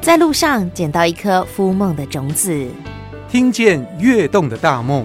在路上捡到一颗孵梦的种子， 听见跃动的大梦。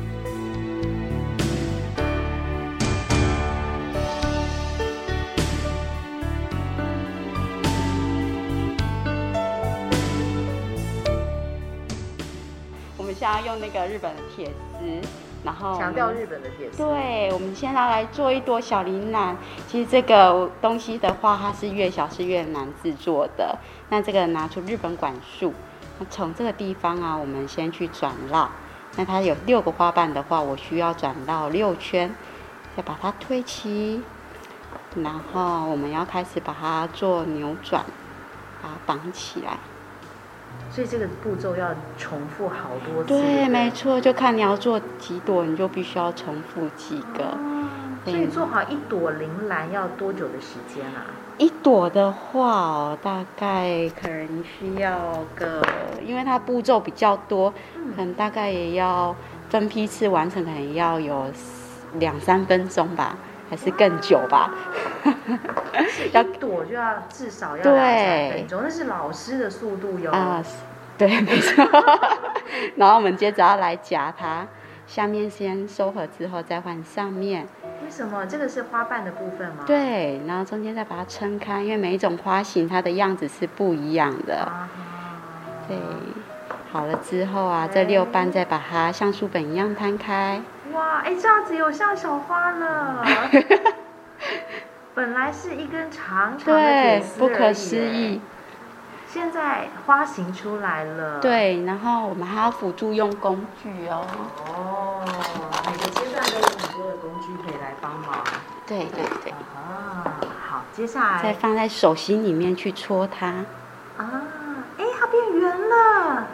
我们现在用那个日本的铁丝，然后强调日本的铁丝。 对，我们现在来做一朵小铃兰。其实这个东西的话，它是越小是越难制作的。那这个拿出日本管束，那从这个地方啊，我们先去转绕。那它有6个花瓣的话，我需要转绕6圈，再把它推齐，然后我们要开始把它做扭转，把它绑起来。 所以这个步骤要重复好多次。 对，没错，就看你要做几朵，你就必须要重复几个。 所以做好一朵铃兰要多久的时间啊？ 一朵的话哦，大概可能需要个，因为它步骤比较多，可能大概也要分批次完成，可能要有2-3分钟吧，还是更久吧。 一朵就要至少要2-3分钟，那是老师的速度哟。 对，没错。然后我们接着要来夹它，下面先收合之后再换上面。 为什么？这个是花瓣的部分吗？ 对，然后中间再把它撑开，因为每一种花型它的样子是不一样的。对，好了之后啊，这6瓣再把它像书本一样摊开。 哇，这样子有像小花了。本来是一根长长的铁丝， 对，不可思议。 现在花型出来了。 对，然后我们还要辅助用工具哦。 每个阶段都有很多的工具可以来帮忙。 对。 好，接下来再放在手心里面去搓它。 它变圆了。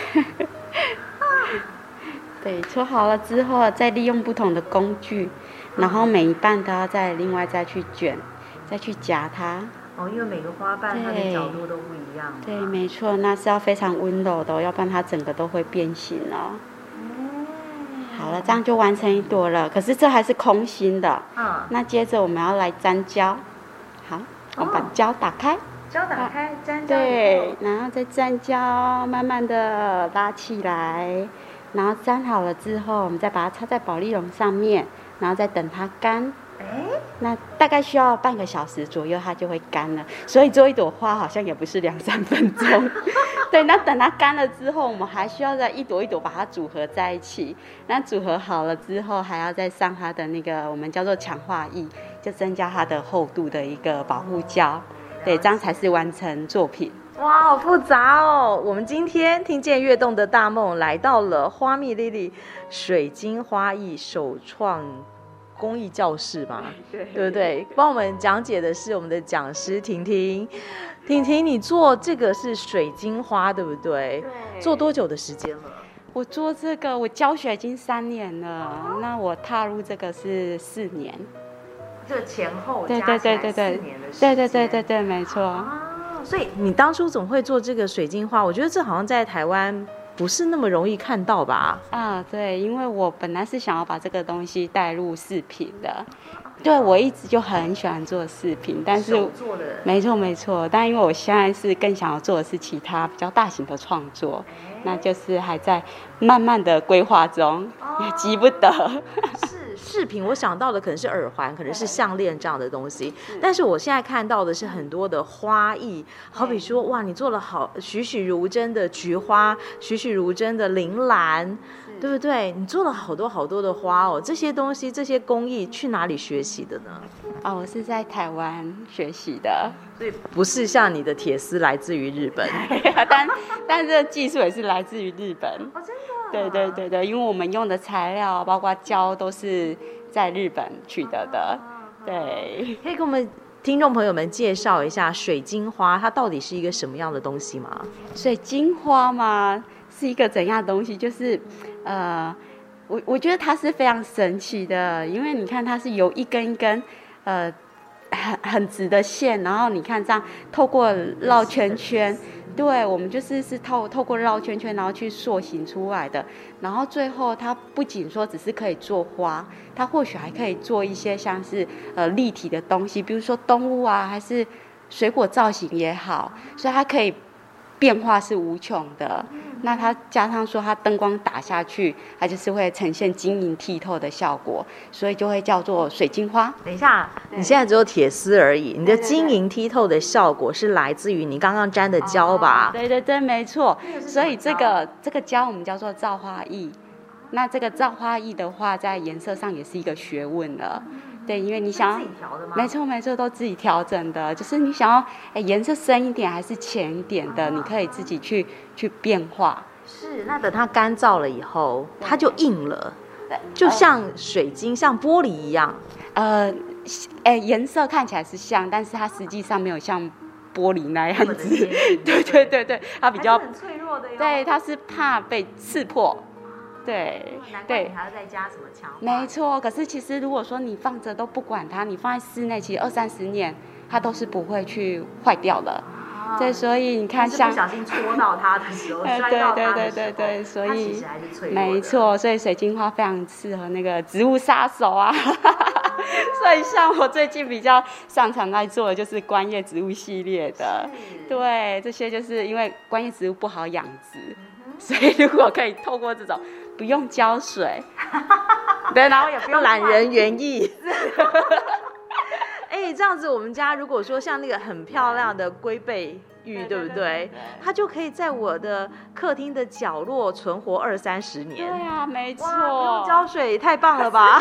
对，搓好了之后，再利用不同的工具，然后每一瓣都要另外再去卷，再去夹它。 因为每个花瓣它的角度都不一样。 对，没错，那是要非常温柔的，要不然它整个都会变形了。好了，这样就完成一朵了。可是这还是空心的。那接着我们要来粘胶。好，我们把胶打开。 胶打开，粘胶。 对，然后再粘胶，慢慢的拉起来。然后粘好了之后，我们再把它插在保丽龙上面，然后再等它干。那大概需要半个小时左右，它就会干了。所以做一朵花好像也不是2-3分钟。对，那等它干了之后，我们还需要再一朵一朵把它组合在一起。那组合好了之后，还要再上它的那个我们叫做强化液，就增加它的厚度的一个保护胶。对，这样才是完成作品。 哇，好复杂哦！我们今天听见跃动的大梦，来到了花蜜 Lily 水晶花艺首创公益教室嘛，对不对？帮我们讲解的是我们的讲师婷婷。婷婷，你做这个是水晶花，对不对？对。做多久的时间了？ 我做这个，我教学已经3年了，那我踏入这个是4年。 这前后加起来4年的时间。 对，没错。 所以你当初总会做这个水晶花，我觉得这好像在台湾不是那么容易看到吧？ 对，因为我本来是想要把这个东西带入饰品的。对，我一直就很喜欢做饰品，但是手做的， 没错。但因为我现在是更想要做的是其他比较大型的创作，那就是还在慢慢的规划中，也急不得。 是饰品，我想到的可能是耳环，可能是项链这样的东西。但是我现在看到的是很多的花艺，好比说，哇，你做了好栩栩如生的菊花，栩栩如生的铃兰。对不对？你做了好多好多的花哦，这些东西这些工艺去哪里学习的呢？ 我是在台湾学习的， 所以不是像你的铁丝来自于日本， 但这个技术也是来自于日本。 真的？ 对，因为我们用的材料包括胶都是在日本取得的。对， 可以给我们听众朋友们介绍一下水晶花，它到底是一个什么样的东西吗？ 水晶花嘛，是一个怎样的东西？就是我觉得它是非常神奇的，因为你看它是由一根一根很直的线，然后你看这样透过绕圈圈，对，我们就是透过绕圈圈，然后去塑形出来的。然后最后它不仅说只是可以做花，它或许还可以做一些像是立体的东西，比如说动物啊，还是水果造型也好，所以它可以变化是无穷的。那它加上说它灯光打下去，它就是会呈现晶莹剔透的效果，所以就会叫做水晶花。 等一下，你现在只有铁丝而已，你的晶莹剔透的效果是来自于你刚刚沾的胶吧？ 对对对，没错。所以这个胶我们叫做造花艺。那这个造花艺的话，在颜色上也是一个学问了。对，因为你想要自己调的吗？ 没错没错，都自己调整的，就是你想要颜色深一点还是浅一点的，你可以自己去变化。 是，那等它干燥了以后，它就硬了，就像水晶、像玻璃一样。 颜色看起来是像，但是它实际上没有像玻璃那样子。对对对对，它比较很脆弱的哟。 对，它是怕被刺破。对， 难怪你还要再加什么强化？ 没错。可是其实如果说你放着都不管它，你放在室内，其实20-30年它都是不会去坏掉的。对，所以你看，像不小心戳到它的时候，摔到它的时候， 对，所以它其实还是脆弱的。 没错，所以水晶花非常适合那个植物杀手啊。所以像我最近比较擅长在做的就是观叶植物系列的，对，这些就是因为观叶植物不好养殖，所以如果可以透过这种不用浇水，对，然后也不用懒人园艺。这样子我们家如果说像那个很漂亮的龟背玉，对不对？它就可以在我的客厅的角落存活20-30年。 对啊，没错。 不用浇水，太棒了吧？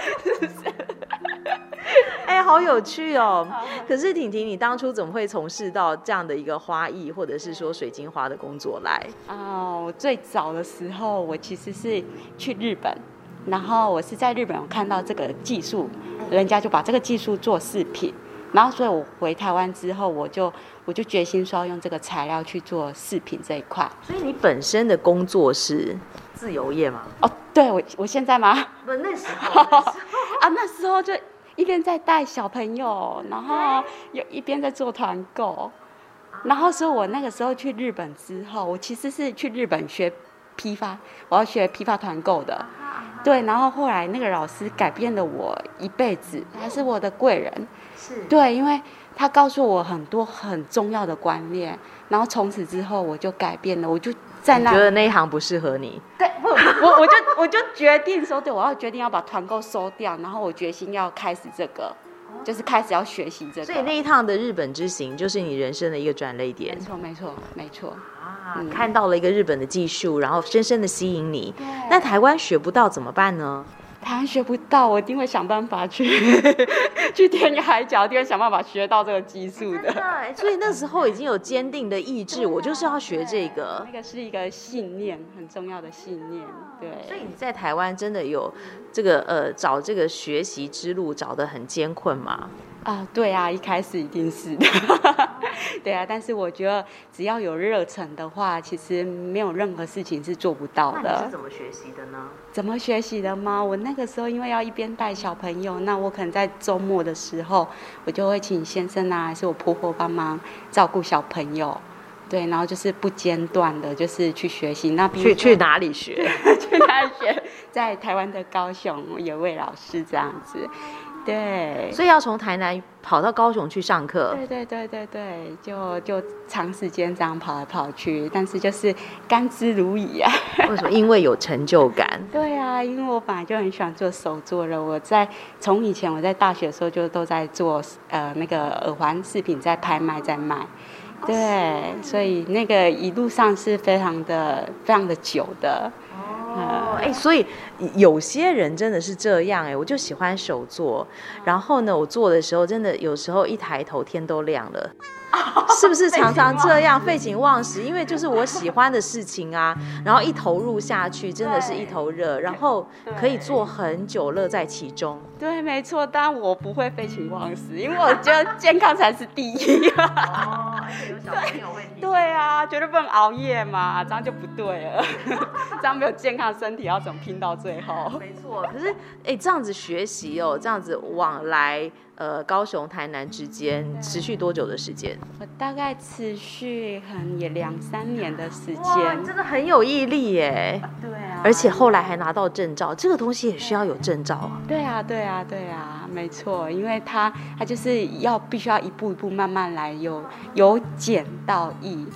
好有趣哦！可是婷婷，你当初怎么会从事到这样的一个花艺，或者是说水晶花的工作来？ 最早的时候，我其实是去日本，然后我是在日本有看到这个技术，人家就把这个技术做饰品，然后所以我回台湾之后，我就决心说要用这个材料去做饰品这一块。 所以你本身的工作是自由业吗？ 对，我现在吗？ 不，那时候那时候就一边在带小朋友，然后一边在做团购。然后所以我那个时候去日本之后，我其实是去日本学批发，我要学批发团购的。对，然后后来那个老师改变了我一辈子，他是我的贵人。 是，对， 因为他告诉我很多很重要的观念，然后从此之后我就改变了，我就在那觉得那一行不适合你。 对，我就决定说，对，我要决定要把团购收掉，然后我决心要开始这个。就是开始要学习这个， 所以那一趟的日本之行就是你人生的一个转捩点。 没错看到了一个日本的技术，然后深深的吸引你。那台湾学不到怎么办呢？ 台湾学不到，我一定会想办法去天涯海角，一定会想办法学到这个技术的。 所以那时候已经有坚定的意志，我就是要学这个。 那个是一个信念，很重要的信念。对。 所以你在台湾真的有这个找这个学习之路找得很艰困吗？ 对啊，一开始一定是的。对啊，但是我觉得只要有热忱的话，其实没有任何事情是做不到的。 那你是怎么学习的呢？ 怎么学习的吗？我那个时候因为要一边带小朋友，那我可能在周末的时候，我就会请先生还是我婆婆帮忙照顾小朋友。对，然后就是不间断的，就是去学习。那去哪里学？ 去哪里学？在台湾的高雄有位老师这样子。对， 所以要从台南跑到高雄去上课。 对，就长时间这样跑来跑去，但是就是甘之如饴啊。 为什么？因为有成就感。 对啊，因为我本来就很喜欢做手作了。从以前我在大学的时候就都在做那个耳环饰品，在拍卖在卖。对，所以那个一路上是非常的久的。 所以有些人真的是这样我就喜欢手做，然后呢，我做的时候真的有时候一抬头天都亮了。是不是常常这样废寝忘食？因为就是我喜欢的事情啊，然后一投入下去，真的是一头热，然后可以做很久，乐在其中。 对，没错，当然我不会废寝忘食，因为我觉得健康才是第一。 而且有小朋友会提醒。 对啊，绝对不能熬夜嘛，这样就不对了。这样没有健康身体，要怎么拼到最后？ 没错，可是这样子学习这样子往来。高雄、台南之间持续多久的时间？ 我大概持续可能也2-3年的时间。 真的很有毅力耶。 对啊。 而且后来还拿到证照，这个东西也需要有证照啊。 对啊，没错，因为它就是必须要一步一步慢慢来，由简到易。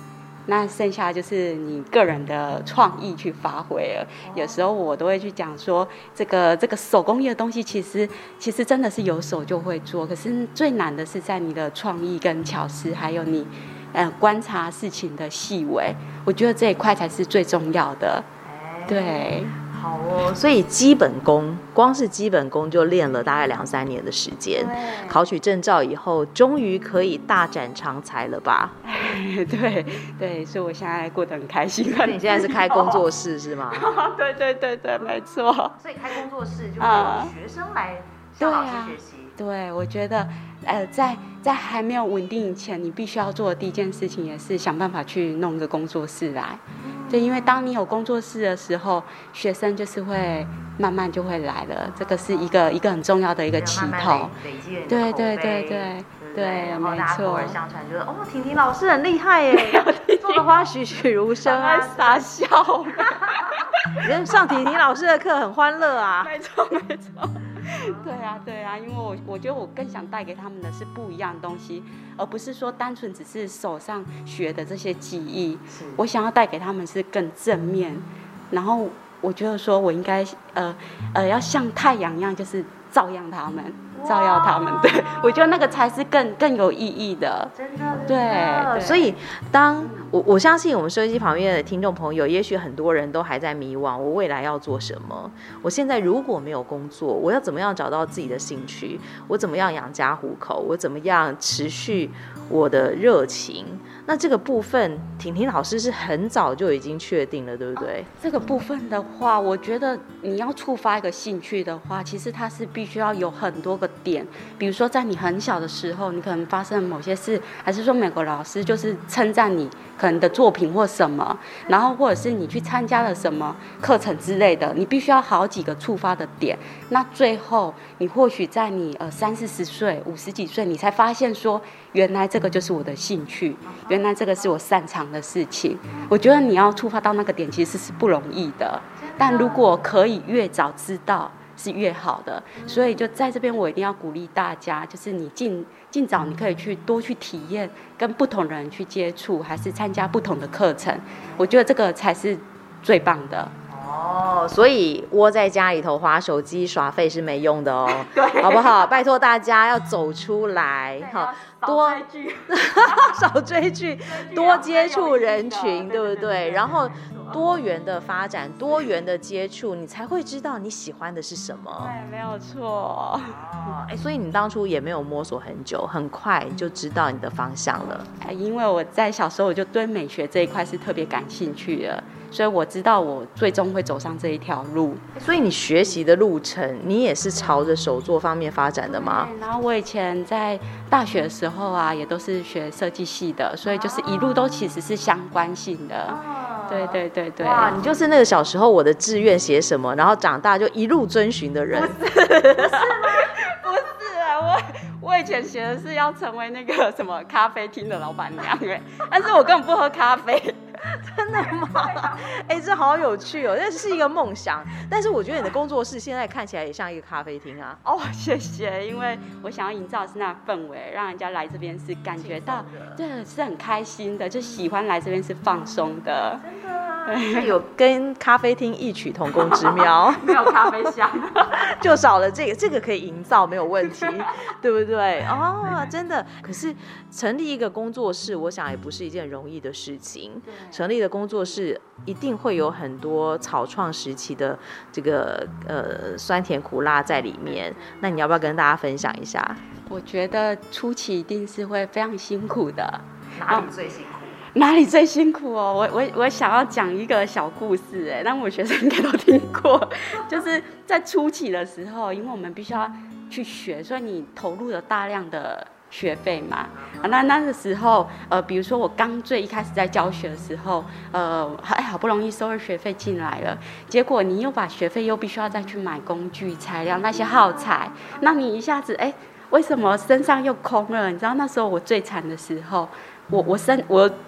那剩下就是你个人的创意去发挥了。有时候我都会去讲说，这个手工艺的东西，其实真的是有手就会做，可是最难的是在你的创意跟巧思，还有你观察事情的细微，我觉得这一块才是最重要的。对。 好哦，所以基本功，光是基本功就练了大概2-3年的时间，考取证照以后，终于可以大展长才了吧？ 对，所以我现在过得很开心。 你现在是开工作室是吗？ 对，没错。 所以开工作室就会有学生来向老师学习。 对，我觉得在还没有稳定以前，你必须要做的第一件事情也是想办法去弄个工作室来。对，因为当你有工作室的时候，学生就是会慢慢就会来了，这个是一个很重要的一个起头。 累积人对， 没错。口耳相传，觉得婷婷老师很厉害耶，做的花栩栩如生啊， 傻笑。 上婷婷老师的课很欢乐啊。 没错。对啊，因为我觉得我更想带给他们的是不一样的东西，而不是说单纯只是手上学的这些技艺。我想要带给他们是更正面，然后我觉得说我应该要像太阳一样，就是照耀他们。对，我觉得那个才是更有意义的。真的。对。所以当我相信我们收音机旁边的听众朋友，也许很多人都还在迷惘，我未来要做什么？我现在如果没有工作，我要怎么样找到自己的兴趣？我怎么样养家糊口？我怎么样持续我的热情？那这个部分，婷婷老师是很早就已经确定了，对不对？ 这个部分的话，我觉得你要触发一个兴趣的话，其实它是必须要有很多个点。比如说，在你很小的时候，你可能发生某些事，还是说美国老师就是称赞你可能的作品或什么，然后或者是你去参加了什么课程之类的，你必须要好几个触发的点。那最后，你或许在你30-40岁、50几岁，你才发现说，原来这个就是我的兴趣，原来这个是我擅长的事情。我觉得你要触发到那个点，其实是不容易的。但如果可以越早知道，是越好的。所以就在这边，我一定要鼓励大家，就是你尽早你可以多去体验，跟不同人去接触，还是参加不同的课程。我觉得这个才是最棒的。 所以窝在家里头滑手机耍废是没用的哦，好不好？拜托大家要走出来，多少追剧，多接触人群，对不对？然后多元的发展，多元的接触，你才会知道你喜欢的是什么。 对，没有错。 所以你当初也没有摸索很久，很快就知道你的方向了。 因为我在小时候我就对美学这一块是特别感兴趣的，所以我知道我最终会走上这一条路。 所以你学习的路程，你也是朝着手作方面发展的吗？ 然后我以前在大学的时候啊，也都是学设计系的，所以就是一路都其实是相关性的。对。 哇，你就是那个小时候我的志愿写什么，然后长大就一路遵循的人。 不是吗？不是啊，我以前写的是要成为那个什么咖啡厅的老板娘但是我根本不喝咖啡。 真的吗？这好有趣哦，这是一个梦想。但是我觉得你的工作室现在看起来也像一个咖啡厅啊。 谢谢，因为我想要营造的是那个氛围，让人家来这边是感觉到，对，是很开心的，就喜欢来这边是放松的。真的啊， 有跟咖啡厅异曲同工之妙。 没有咖啡香， 就少了这个可以营造没有问题，对不对？真的。可是成立一个工作室，我想也不是一件容易的事情。成立的工作室一定会有很多草创时期的这个酸甜苦辣在里面，那你要不要跟大家分享一下？ 我觉得初期一定是会非常辛苦的。 哪里最辛苦？ 哪里最辛苦哦？我想要讲一个小故事但我学生应该都听过，就是在初期的时候，因为我们必须要去学，所以你投入了大量的学费嘛。那个时候比如说我最一开始在教学的时候好不容易收了学费进来了，结果你又把学费又必须要再去买工具材料那些耗材，那你一下子为什么身上又空了？你知道那时候我最惨的时候，我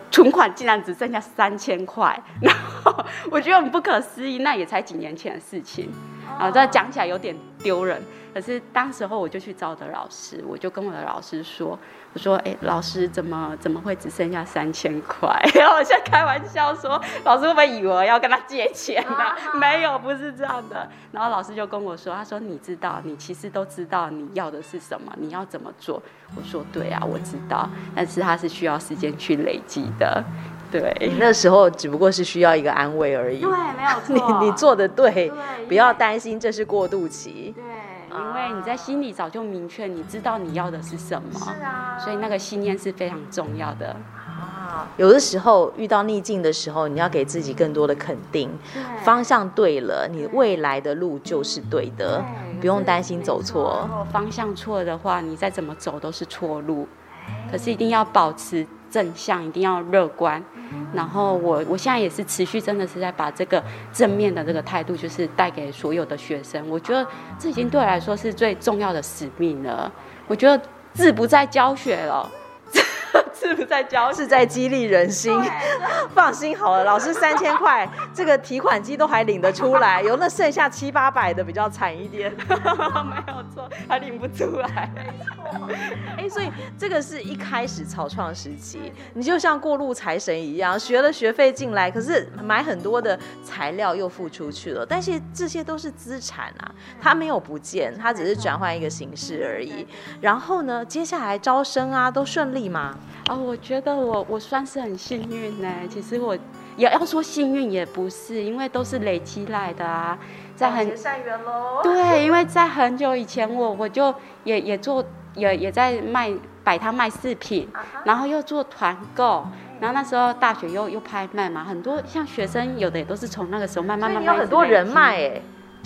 存款竟然只剩下3000块，然后我觉得很不可思议，那也才几年前的事情，这讲起来有点丢人。可是当时候我就去找我的老师，我就跟我的老师说，我说老师怎么会只剩下3000块？然后我现在开玩笑说，老师会不会以为我要跟他借钱啊？没有，不是这样的。然后老师就跟我说，他说你知道，你其实都知道你要的是什么，你要怎么做。我说对啊，我知道，但是它是需要时间去累积的。对， 那时候只不过是需要一个安慰而已。 对，没有错。 你做的对，不要担心这是过渡期。 对。因为你在心里早就明确，你知道你要的是什么， 是啊， 所以那个信念是非常重要的。 有的时候遇到逆境的时候，你要给自己更多的肯定，方向对了，你未来的路就是对的，不用担心走错。 如果方向错的话，你再怎么走都是错路。可是一定要保持正向，一定要乐观。然后我现在也是持续，真的是在把这个正面的这个态度，就是带给所有的学生。我觉得这已经对我来说是最重要的使命了。我觉得志不在教学了。志不在教， 是在激励人心。放心好了，老师3000块，这个提款机都还领得出来，有那剩下700、800的比较惨一点。 没有错，还领不出来。 所以这个是一开始草创时期，你就像过路财神一样，学了学费进来，可是买很多的材料又付出去了，但是这些都是资产啊，它没有不见，它只是转换一个形式而已。然后呢，接下来招生啊，都顺利吗？ 我觉得我算是很幸运呢。其实我也要说幸运也不是，因为都是累积来的啊。在很善缘咯。 对，因为在很久以前我就也在摆摊卖饰品，然后又做团购，然后那时候大学又拍卖嘛，很多像学生有的也都是从那个时候慢慢有很多人脉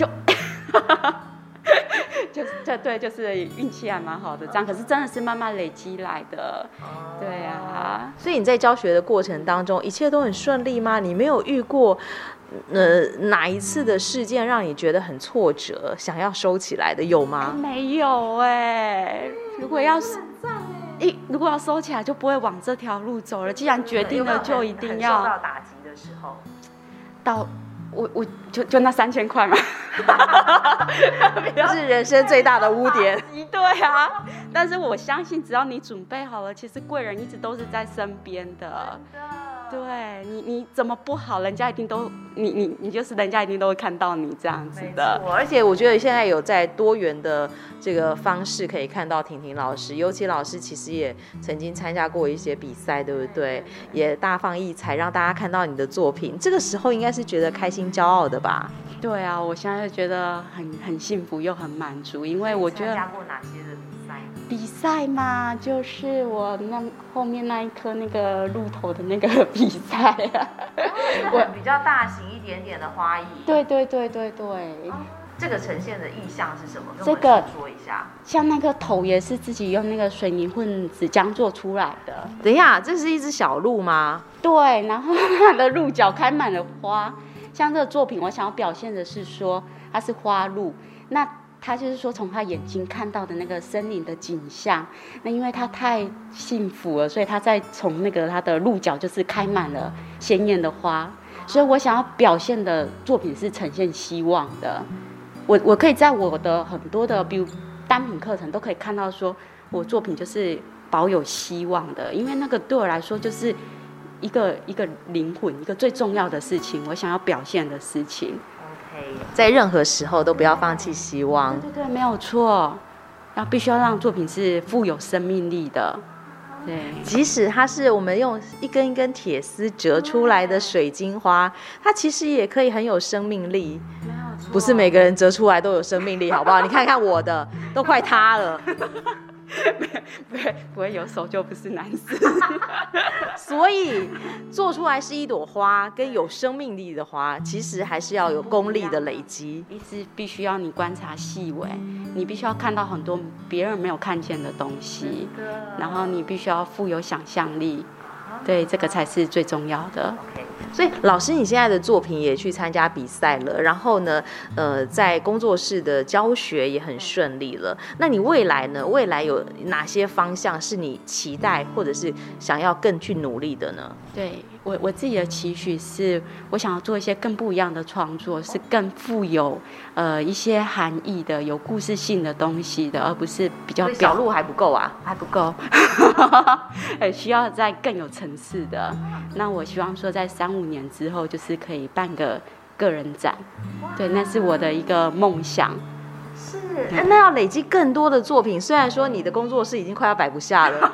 就是运气还蛮好的这样，可是真的是慢慢累积来的。对啊， 所以你在教学的过程当中，一切都很顺利吗？你没有遇过哪一次的事件让你觉得很挫折，想要收起来的有吗？ 没有如果要收起来，就不会往这条路走了。既然决定了，就一定要。 受到打击的时候， 我就那3000块嘛， 是人生最大的污点。 对啊，但是我相信，只要你准备好了，其实贵人一直都是在身边的。对你怎么不好，人家一定都你就是人家一定都会看到你这样子的。 而且我觉得现在有在多元的这个方式可以看到婷婷老师，尤其老师其实也曾经参加过一些比赛，对不对？也大放异彩，让大家看到你的作品。这个时候应该是觉得开心、骄傲的吧？ 对啊，我现在觉得很幸福又很满足，因为我觉得。 参加过哪些的比赛嘛，就是我后面那一颗那个鹿头的那个比赛啊， 我比较大型一点点的花艺。对。这个呈现的意象是什么？这个说一下。 像那个头也是自己用那个水泥混纸浆做出来的。 等一下，这是一只小鹿吗？ 对，然后它的鹿角开满了花。像这个作品，我想要表现的是说它是花鹿，那他就是说从他眼睛看到的那个森林的景象，那因为他太幸福了，所以他在从那个他的鹿角就是开满了鲜艳的花，所以我想要表现的作品是呈现希望的。我可以在我的很多的比如单品课程都可以看到说我作品就是保有希望的，因为那个对我来说就是一个灵魂，一个最重要的事情，我想要表现的事情。 在任何时候都不要放弃希望。 对，没有错。然后必须要让作品是富有生命力的。对， 即使它是我们用一根一根铁丝折出来的水晶花，它其实也可以很有生命力。 没有错。 不是每个人折出来都有生命力，好不好？你看看我的，都快塌了。 不会有手就不是男生。 所以做出来是一朵花，跟有生命力的花，其实还是要有功力的累积。 一直必须要你观察细微，你必须要看到很多别人没有看见的东西，然后你必须要富有想象力。对，这个才是最重要的。 Okay. 所以老师，你现在的作品也去参加比赛了，然后呢，在工作室的教学也很顺利了。那你未来呢？未来有哪些方向是你期待或者是想要更去努力的呢？ 对我自己的期许是，我想要做一些更不一样的创作，是更富有一些含义的、有故事性的东西的，而不是比较小路还不够啊， 还不够，需要再更有层次的。那我希望说，在3-5年之后，就是可以办个个人展，对，那是我的一个梦想。 是，那要累积更多的作品。虽然说你的工作室已经快要摆不下了，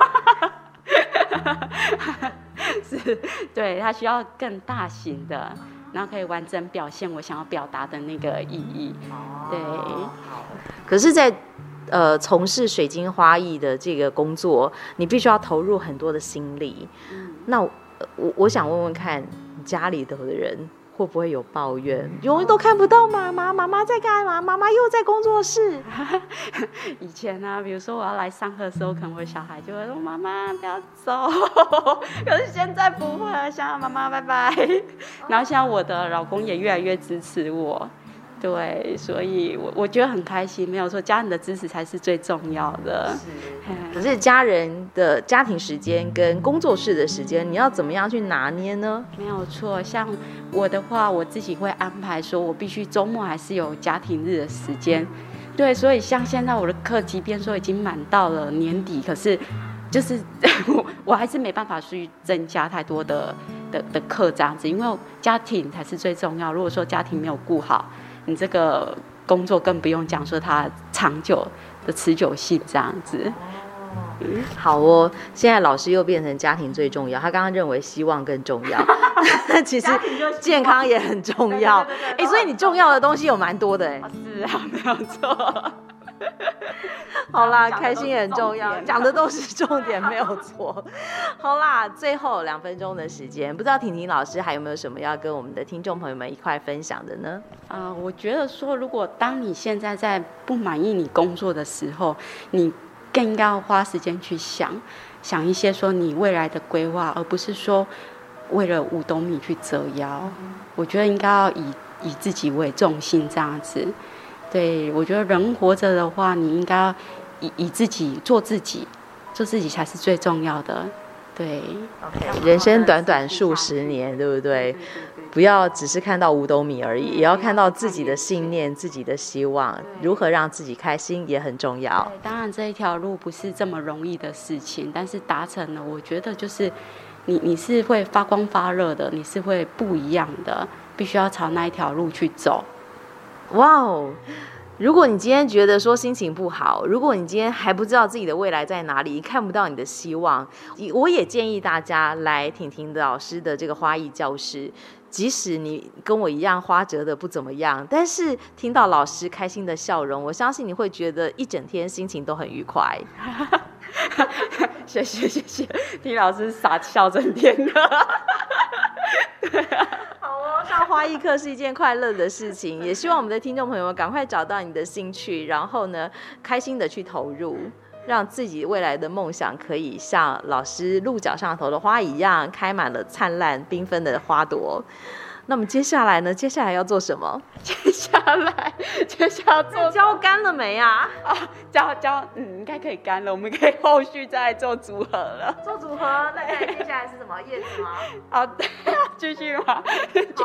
是，对，它需要更大型的，然后可以完整表现我想要表达的那个意义。对， 可是在从事水晶花艺的这个工作，你必须要投入很多的心力。那我想问问看，家里头的人会不会有抱怨？永远都看不到妈妈，妈妈在干嘛？妈妈又在工作室。 以前啊，比如说我要来上课的时候，可能我小孩就会说：“妈妈不要走。”可是现在不会，现在妈妈拜拜。然后现在我的老公也越来越支持我。对，所以我觉得很开心，没有错，家人的支持才是最重要的。 可是家人的家庭时间跟工作室的时间，你要怎么样去拿捏呢？ 没有错，像我的话，我自己会安排说，我必须周末还是有家庭日的时间。对，所以像现在我的课，即便说已经满到了年底，可是就是我还是没办法去增加太多的课这样子，因为家庭才是最重要。如果说家庭没有顾好，你这个工作更不用讲说它长久的持久性这样子。 好哦，现在老师又变成家庭最重要，他刚刚认为希望更重要，其实健康也很重要。所以你重要的东西有蛮多的是啊，没有错。 好啦，开心也很重要，讲的都是重点，没有错。好啦，最后2分钟的时间，不知道婷婷老师还有没有什么要跟我们的听众朋友们一块分享的呢？ 我觉得说，如果当你现在在不满意你工作的时候，你更应该要花时间去想一些说你未来的规划，而不是说为了5斗米去折腰。我觉得应该要以自己为重心这样子。对，我觉得人活着的话，你应该要以自己做自己才是最重要的。对 ，OK， 人生短短数十年，对不对？不要只是看到5斗米而已，也要看到自己的信念、自己的希望，如何让自己开心也很重要。 当然，这一条路不是这么容易的事情，但是达成了，我觉得就是你是会发光发热的，你是会不一样的，必须要朝那一条路去走。 哇哦！如果你今天觉得说心情不好，如果你今天还不知道自己的未来在哪里，看不到你的希望，我也建议大家来婷婷的老师的这个花艺教室。即使你跟我一样花折的不怎么样，但是听到老师开心的笑容，我相信你会觉得一整天心情都很愉快。 谢谢，听老师傻笑整天的。对啊。 上花艺课是一件快乐的事情，也希望我们的听众朋友们赶快找到你的兴趣，然后呢，开心的去投入，让自己未来的梦想可以像老师鹿角上头的花一样，开满了灿烂缤纷的花朵。那么接下来呢？接下来要做什么？ 接下来要做浇干了没啊？ 浇，应该可以干了，我们可以后续再做组合了。 做组合，那接下来是什么？叶子吗？ 对，继续吗？继续。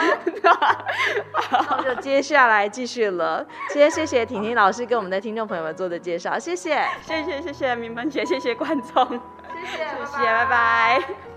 那我就接下来继续了。今天谢谢婷婷老师跟我们的听众朋友们做的介绍，谢谢， 明芬姐，谢谢观众， 谢谢， 拜拜。